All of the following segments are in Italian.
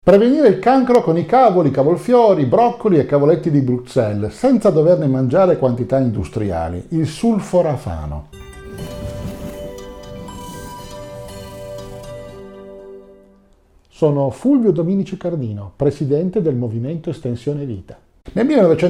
Prevenire il cancro con i cavoli, cavolfiori, broccoli e cavoletti di Bruxelles, senza doverne mangiare quantità industriali. Il sulforafano. Sono Fulvio Dominici Cardino, presidente del Movimento Estensione Vita. Nel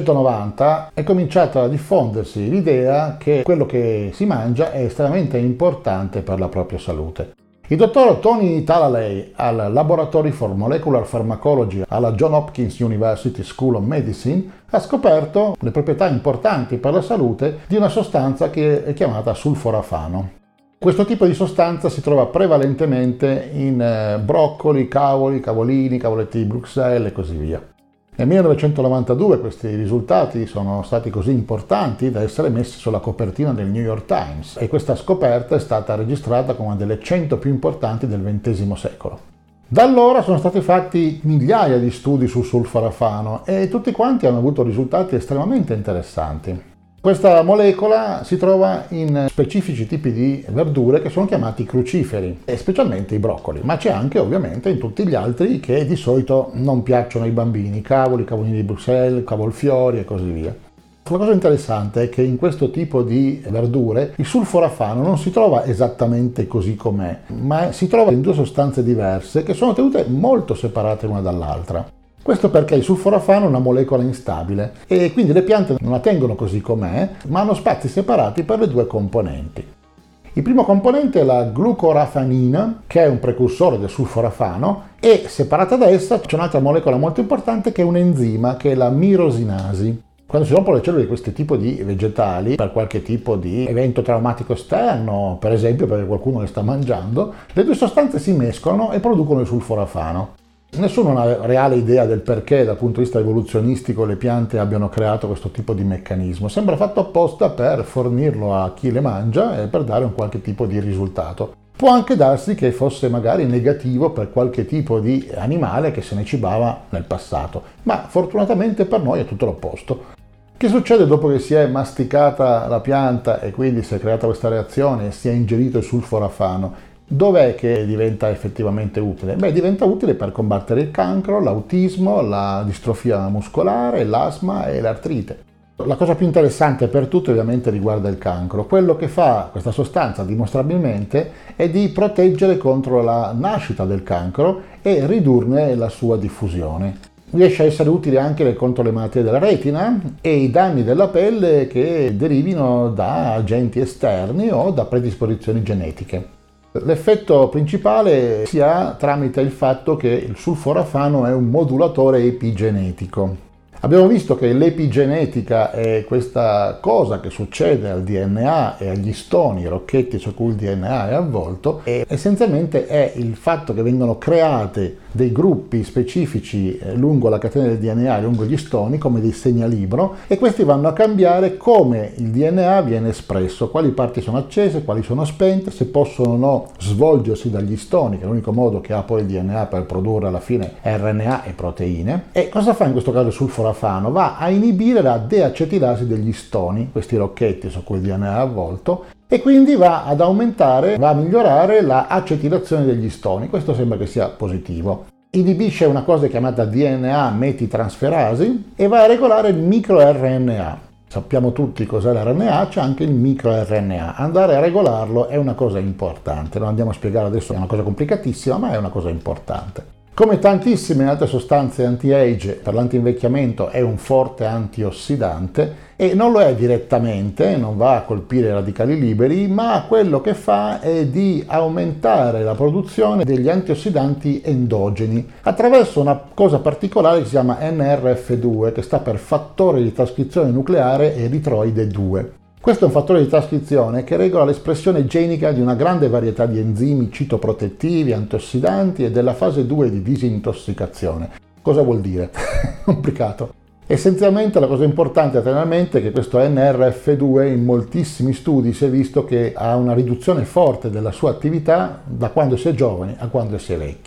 1990 è cominciata a diffondersi l'idea che quello che si mangia è estremamente importante per la propria salute. Il dottor Tony Talalay, al Laboratory for Molecular Pharmacology alla Johns Hopkins University School of Medicine, ha scoperto le proprietà importanti per la salute di una sostanza che è chiamata sulforafano. Questo tipo di sostanza si trova prevalentemente in broccoli, cavoli, cavolini, cavoletti di Bruxelles e così via. Nel 1992 questi risultati sono stati così importanti da essere messi sulla copertina del New York Times e questa scoperta è stata registrata come una delle 100 più importanti del XX secolo. Da allora sono stati fatti migliaia di studi sul sulforafano e tutti quanti hanno avuto risultati estremamente interessanti. Questa molecola si trova in specifici tipi di verdure che sono chiamati cruciferi, e specialmente i broccoli, ma c'è anche ovviamente in tutti gli altri che di solito non piacciono ai bambini, cavoli, cavolini di Bruxelles, cavolfiori e così via. La cosa interessante è che in questo tipo di verdure il sulforafano non si trova esattamente così com'è, ma si trova in due sostanze diverse che sono tenute molto separate l'una dall'altra. Questo perché il sulforafano è una molecola instabile e quindi le piante non la tengono così com'è, ma hanno spazi separati per le due componenti. Il primo componente è la glucorafanina, che è un precursore del sulforafano, e separata da essa c'è un'altra molecola molto importante che è un enzima, che è la mirosinasi. Quando si rompono le cellule di questo tipo di vegetali, per qualche tipo di evento traumatico esterno, per esempio perché qualcuno le sta mangiando, le due sostanze si mescolano e producono il sulforafano. Nessuno ha una reale idea del perché dal punto di vista evoluzionistico le piante abbiano creato questo tipo di meccanismo. Sembra fatto apposta per fornirlo a chi le mangia e per dare un qualche tipo di risultato. Può anche darsi che fosse magari negativo per qualche tipo di animale che se ne cibava nel passato, ma fortunatamente per noi è tutto l'opposto. Che succede dopo che si è masticata la pianta e quindi si è creata questa reazione e si è ingerito il sulforafano? Dov'è che diventa effettivamente utile? Beh, diventa utile per combattere il cancro, l'autismo, la distrofia muscolare, l'asma e l'artrite. La cosa più interessante per tutti ovviamente riguarda il cancro. Quello che fa questa sostanza dimostrabilmente è di proteggere contro la nascita del cancro e ridurne la sua diffusione. Riesce a essere utile anche contro le malattie della retina e i danni della pelle che derivino da agenti esterni o da predisposizioni genetiche. L'effetto principale si ha tramite il fatto che il sulforafano è un modulatore epigenetico. Abbiamo visto che l'epigenetica è questa cosa che succede al DNA e agli stoni, i rocchetti su cui il DNA è avvolto, e essenzialmente è il fatto che vengono create dei gruppi specifici lungo la catena del DNA e lungo gli stoni come dei segnalibro, e questi vanno a cambiare come il DNA viene espresso, quali parti sono accese, quali sono spente, se possono o no svolgersi dagli stoni, che è l'unico modo che ha poi il DNA per produrre alla fine RNA e proteine. E cosa fa in questo caso il sulforafano? Va a inibire la deacetilasi degli stoni, questi rocchetti su cui il DNA è avvolto, e quindi va ad aumentare, va a migliorare la acetilazione degli stoni. Questo sembra che sia positivo. Inibisce una cosa chiamata DNA metitransferasi e va a regolare il microRNA. Sappiamo tutti cos'è l'RNA, c'è anche il microRNA. Andare a regolarlo è una cosa importante. Non andiamo a spiegare adesso, è una cosa complicatissima, ma è una cosa importante. Come tantissime altre sostanze anti-age, per l'antinvecchiamento è un forte antiossidante e non lo è direttamente, non va a colpire i radicali liberi, ma quello che fa è di aumentare la produzione degli antiossidanti endogeni attraverso una cosa particolare che si chiama NRF2, che sta per fattore di trascrizione nucleare eritroide 2. Questo è un fattore di trascrizione che regola l'espressione genica di una grande varietà di enzimi citoprotettivi, antiossidanti e della fase 2 di disintossicazione. Cosa vuol dire? Complicato. Essenzialmente la cosa importante a tenere a mente è che questo NRF2 in moltissimi studi si è visto che ha una riduzione forte della sua attività da quando si è giovani a quando si è vecchi.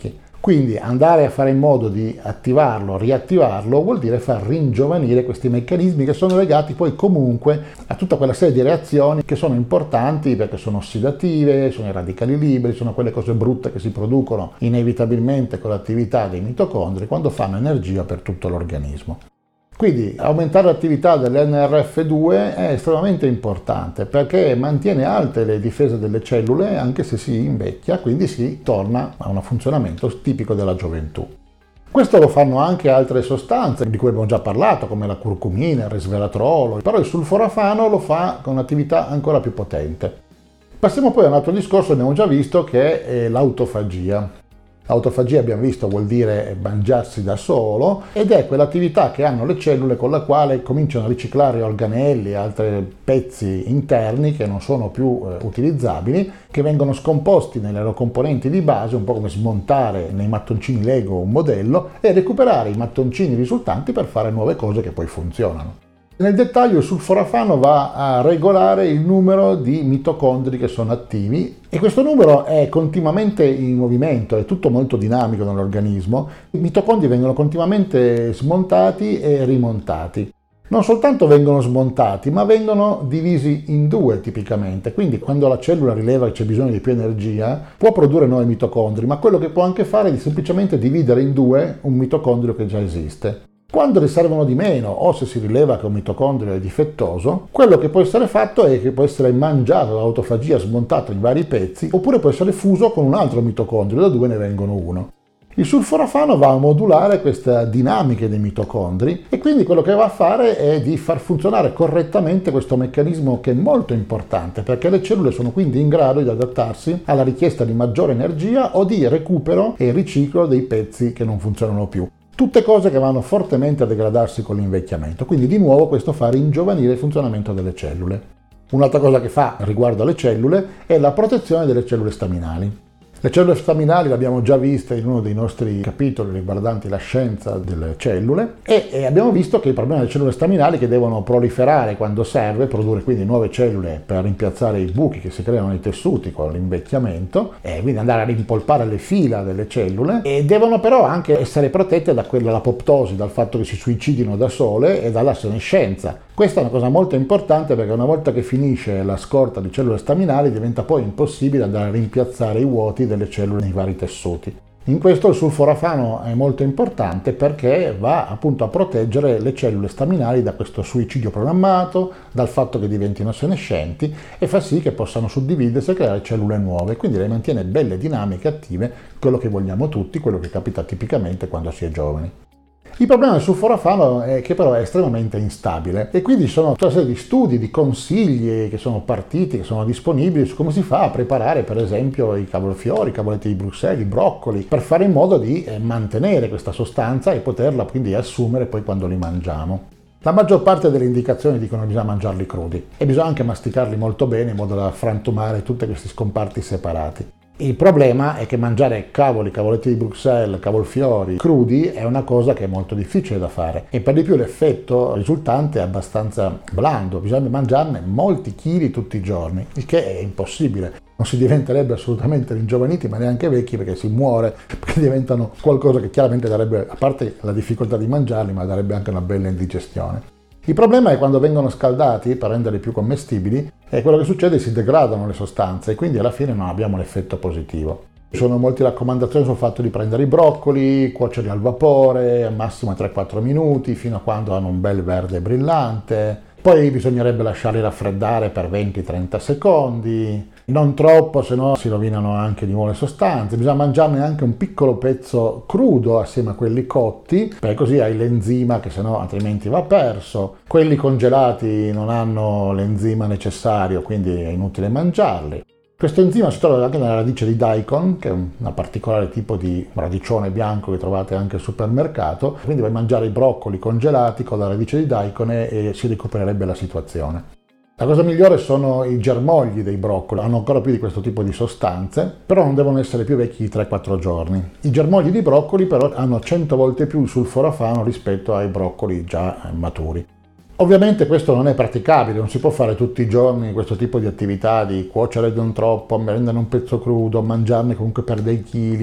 Quindi andare a fare in modo di attivarlo, riattivarlo, vuol dire far ringiovanire questi meccanismi che sono legati poi comunque a tutta quella serie di reazioni che sono importanti perché sono ossidative, sono i radicali liberi, sono quelle cose brutte che si producono inevitabilmente con l'attività dei mitocondri quando fanno energia per tutto l'organismo. Quindi aumentare l'attività dell'NRF2 è estremamente importante perché mantiene alte le difese delle cellule anche se si invecchia, quindi si torna a un funzionamento tipico della gioventù. Questo lo fanno anche altre sostanze di cui abbiamo già parlato, come la curcumina, il resveratrolo, però il sulforafano lo fa con un'attività ancora più potente. Passiamo poi a un altro discorso, abbiamo già visto, che è l'autofagia. Autofagia, abbiamo visto, vuol dire mangiarsi da solo ed è quell'attività che hanno le cellule con la quale cominciano a riciclare organelli e altri pezzi interni che non sono più utilizzabili, che vengono scomposti nelle loro componenti di base, un po' come smontare nei mattoncini Lego un modello e recuperare i mattoncini risultanti per fare nuove cose che poi funzionano. Nel dettaglio il sulforafano va a regolare il numero di mitocondri che sono attivi e questo numero è continuamente in movimento, è tutto molto dinamico nell'organismo. I mitocondri vengono continuamente smontati e rimontati. Non soltanto vengono smontati, ma vengono divisi in due tipicamente, quindi quando la cellula rileva che c'è bisogno di più energia può produrre nuovi mitocondri, ma quello che può anche fare è semplicemente dividere in due un mitocondrio che già esiste. Quando ne servono di meno o se si rileva che un mitocondrio è difettoso, quello che può essere fatto è che può essere mangiato dall'autofagia, smontato in vari pezzi, oppure può essere fuso con un altro mitocondrio, da due ne vengono uno. Il sulforafano va a modulare questa dinamica dei mitocondri e quindi quello che va a fare è di far funzionare correttamente questo meccanismo che è molto importante perché le cellule sono quindi in grado di adattarsi alla richiesta di maggiore energia o di recupero e riciclo dei pezzi che non funzionano più. Tutte cose che vanno fortemente a degradarsi con l'invecchiamento, quindi di nuovo questo fa ringiovanire il funzionamento delle cellule. Un'altra cosa che fa riguardo alle cellule è la protezione delle cellule staminali. Le cellule staminali le abbiamo già viste in uno dei nostri capitoli riguardanti la scienza delle cellule e abbiamo visto che il problema delle cellule staminali che devono proliferare quando serve, produrre quindi nuove cellule per rimpiazzare i buchi che si creano nei tessuti con l'invecchiamento e quindi andare a rimpolpare le fila delle cellule e devono però anche essere protette da dall'apoptosi, dal fatto che si suicidino da sole e dalla senescenza. Questa è una cosa molto importante perché una volta che finisce la scorta di cellule staminali diventa poi impossibile andare a rimpiazzare i vuoti delle cellule nei vari tessuti. In questo il sulforafano è molto importante perché va appunto a proteggere le cellule staminali da questo suicidio programmato, dal fatto che diventino senescenti e fa sì che possano suddividersi e creare cellule nuove, quindi le mantiene belle dinamiche attive, quello che vogliamo tutti, quello che capita tipicamente quando si è giovani. Il problema del sulforafano è che però è estremamente instabile e quindi ci sono tutta una serie di studi, di consigli che sono partiti, che sono disponibili su come si fa a preparare per esempio i cavolfiori, i cavoletti di Bruxelles, i broccoli, per fare in modo di mantenere questa sostanza e poterla quindi assumere poi quando li mangiamo. La maggior parte delle indicazioni dicono che bisogna mangiarli crudi e bisogna anche masticarli molto bene in modo da frantumare tutti questi scomparti separati. Il problema è che mangiare cavoletti di Bruxelles, cavolfiori crudi è una cosa che è molto difficile da fare e per di più l'effetto risultante è abbastanza blando, bisogna mangiarne molti chili tutti i giorni, il che è impossibile. Non si diventerebbe assolutamente ringiovaniti ma neanche vecchi perché si muore, perché diventano qualcosa che chiaramente darebbe, a parte la difficoltà di mangiarli, ma darebbe anche una bella indigestione. Il problema è quando vengono scaldati per renderli più commestibili e quello che succede è che si degradano le sostanze e quindi alla fine non abbiamo l'effetto positivo. Ci sono molte raccomandazioni sul fatto di prendere i broccoli, cuocerli al vapore, al massimo 3-4 minuti, fino a quando hanno un bel verde brillante. Poi bisognerebbe lasciarli raffreddare per 20-30 secondi, non troppo, se no si rovinano anche di nuove sostanze. Bisogna mangiarne anche un piccolo pezzo crudo assieme a quelli cotti, perché così hai l'enzima che se no altrimenti va perso. Quelli congelati non hanno l'enzima necessario, quindi è inutile mangiarli. Questo enzima si trova anche nella radice di daikon, che è un particolare tipo di radicione bianco che trovate anche al supermercato, quindi vai a mangiare i broccoli congelati con la radice di daikon e si recupererebbe la situazione. La cosa migliore sono i germogli dei broccoli, hanno ancora più di questo tipo di sostanze, però non devono essere più vecchi di 3-4 giorni. I germogli di broccoli però hanno 100 volte più il sulforafano rispetto ai broccoli già maturi. Ovviamente questo non è praticabile, non si può fare tutti i giorni questo tipo di attività di cuocere non troppo, prendere un pezzo crudo, mangiarne comunque per dei chili.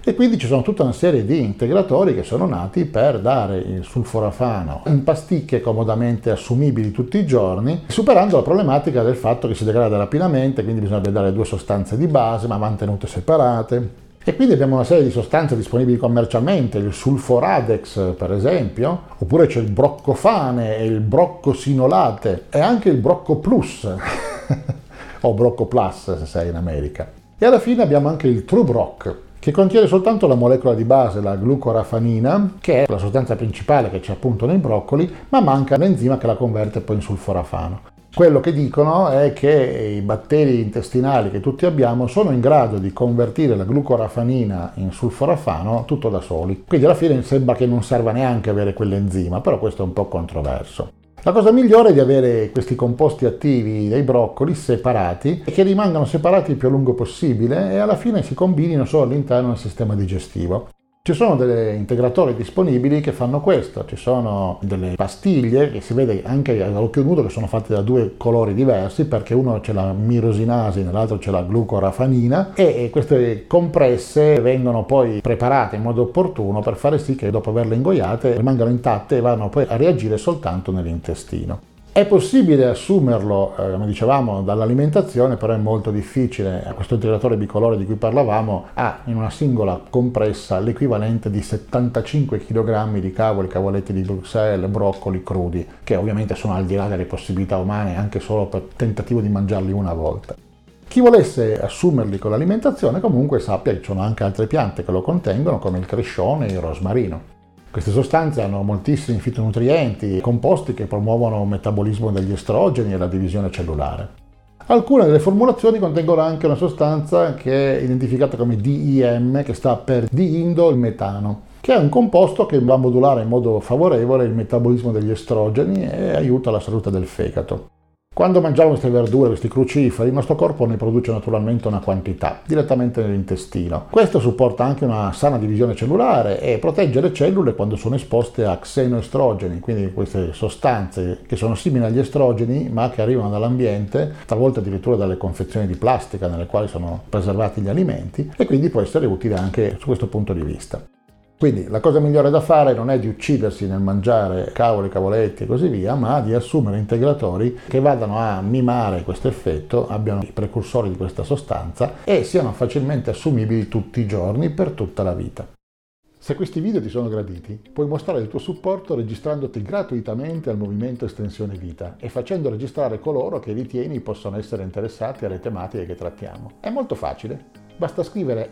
E quindi ci sono tutta una serie di integratori che sono nati per dare il sulforafano in pasticche comodamente assumibili tutti i giorni, superando la problematica del fatto che si degrada rapidamente, quindi bisogna dare due sostanze di base ma mantenute separate. E quindi abbiamo una serie di sostanze disponibili commercialmente, il sulforadex per esempio, oppure c'è il broccofane e il broccosinolate e anche il brocco plus o brocco plus se sei in America. E alla fine abbiamo anche il TrueBroc, che contiene soltanto la molecola di base, la glucorafanina, che è la sostanza principale che c'è appunto nei broccoli, ma manca l'enzima che la converte poi in sulforafano. Quello che dicono è che i batteri intestinali che tutti abbiamo sono in grado di convertire la glucorafanina in sulforafano tutto da soli. Quindi alla fine sembra che non serva neanche avere quell'enzima, però questo è un po' controverso. La cosa migliore è di avere questi composti attivi dei broccoli separati e che rimangano separati il più a lungo possibile e alla fine si combinino solo all'interno del sistema digestivo. Ci sono degli integratori disponibili che fanno questo, ci sono delle pastiglie che si vede anche all'occhio nudo che sono fatte da due colori diversi perché uno c'è la mirosinasi, nell'altro c'è la glucorafanina e queste compresse vengono poi preparate in modo opportuno per fare sì che dopo averle ingoiate rimangano intatte e vanno poi a reagire soltanto nell'intestino. È possibile assumerlo, come dicevamo, dall'alimentazione, però è molto difficile. Questo integratore bicolore di cui parlavamo ha in una singola compressa l'equivalente di 75 kg di cavoletti di Bruxelles, broccoli crudi, che ovviamente sono al di là delle possibilità umane anche solo per tentativo di mangiarli una volta. Chi volesse assumerli con l'alimentazione comunque sappia che ci sono anche altre piante che lo contengono, come il crescione e il rosmarino. Queste sostanze hanno moltissimi fitonutrienti, composti che promuovono un metabolismo degli estrogeni e la divisione cellulare. Alcune delle formulazioni contengono anche una sostanza che è identificata come DIM, che sta per diindolmetano, che è un composto che va a modulare in modo favorevole il metabolismo degli estrogeni e aiuta la salute del fegato. Quando mangiamo queste verdure, questi cruciferi, il nostro corpo ne produce naturalmente una quantità direttamente nell'intestino. Questo supporta anche una sana divisione cellulare e protegge le cellule quando sono esposte a xenoestrogeni, quindi queste sostanze che sono simili agli estrogeni ma che arrivano dall'ambiente, talvolta addirittura dalle confezioni di plastica nelle quali sono preservati gli alimenti e quindi può essere utile anche su questo punto di vista. Quindi la cosa migliore da fare non è di uccidersi nel mangiare cavoletti e così via, ma di assumere integratori che vadano a mimare questo effetto, abbiano i precursori di questa sostanza e siano facilmente assumibili tutti i giorni per tutta la vita. Se questi video ti sono graditi, puoi mostrare il tuo supporto registrandoti gratuitamente al Movimento Estensione Vita e facendo registrare coloro che ritieni possono essere interessati alle tematiche che trattiamo. È molto facile. Basta scrivere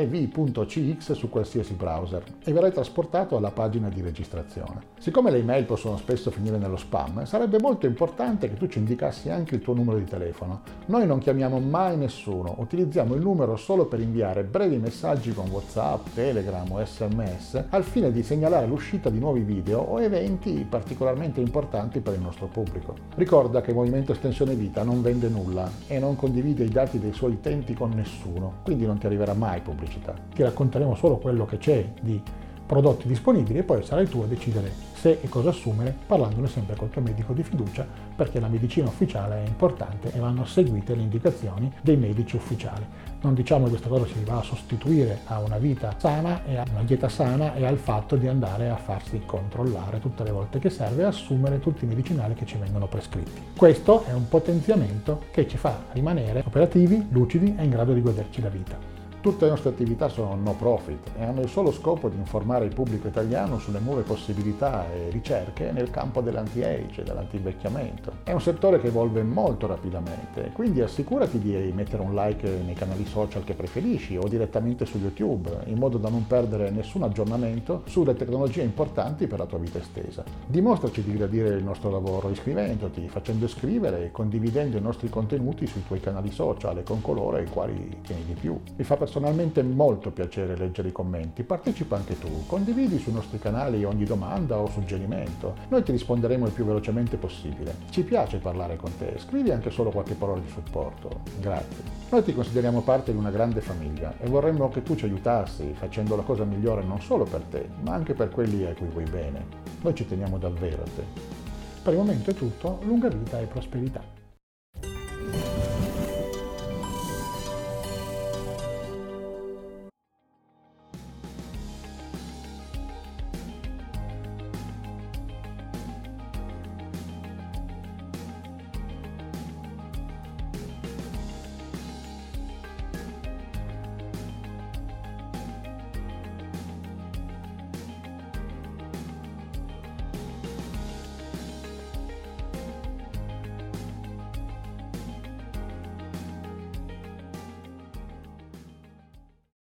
mev.cx su qualsiasi browser e verrai trasportato alla pagina di registrazione. Siccome le email possono spesso finire nello spam, sarebbe molto importante che tu ci indicassi anche il tuo numero di telefono. Noi non chiamiamo mai nessuno, utilizziamo il numero solo per inviare brevi messaggi con WhatsApp, Telegram o SMS al fine di segnalare l'uscita di nuovi video o eventi particolarmente importanti per il nostro pubblico. Ricorda che il Movimento Estensione Vita non vende nulla e non condivide i dati dei suoi utenti con nessuno, quindi non ti arriverà mai pubblicità. Ti racconteremo solo quello che c'è di prodotti disponibili e poi sarai tu a decidere se e cosa assumere, parlandone sempre col tuo medico di fiducia, perché la medicina ufficiale è importante e vanno seguite le indicazioni dei medici ufficiali. Non diciamo che questa cosa si va a sostituire a una vita sana e a una dieta sana e al fatto di andare a farsi controllare tutte le volte che serve e assumere tutti i medicinali che ci vengono prescritti. Questo è un potenziamento che ci fa rimanere operativi, lucidi e in grado di goderci la vita. Tutte le nostre attività sono no profit e hanno il solo scopo di informare il pubblico italiano sulle nuove possibilità e ricerche nel campo dell'anti-age e dell'antivecchiamento. È un settore che evolve molto rapidamente, quindi assicurati di mettere un like nei canali social che preferisci o direttamente su YouTube, in modo da non perdere nessun aggiornamento sulle tecnologie importanti per la tua vita estesa. Dimostraci di gradire il nostro lavoro iscrivendoti, facendo iscrivere e condividendo i nostri contenuti sui tuoi canali social e con coloro ai quali tieni di più. Mi fa personalmente molto piacere leggere i commenti, partecipa anche tu, condividi sui nostri canali ogni domanda o suggerimento, noi ti risponderemo il più velocemente possibile. Ci piace parlare con te, scrivi anche solo qualche parola di supporto, grazie. Noi ti consideriamo parte di una grande famiglia e vorremmo che tu ci aiutassi facendo la cosa migliore non solo per te, ma anche per quelli a cui vuoi bene. Noi ci teniamo davvero a te. Per il momento è tutto, lunga vita e prosperità.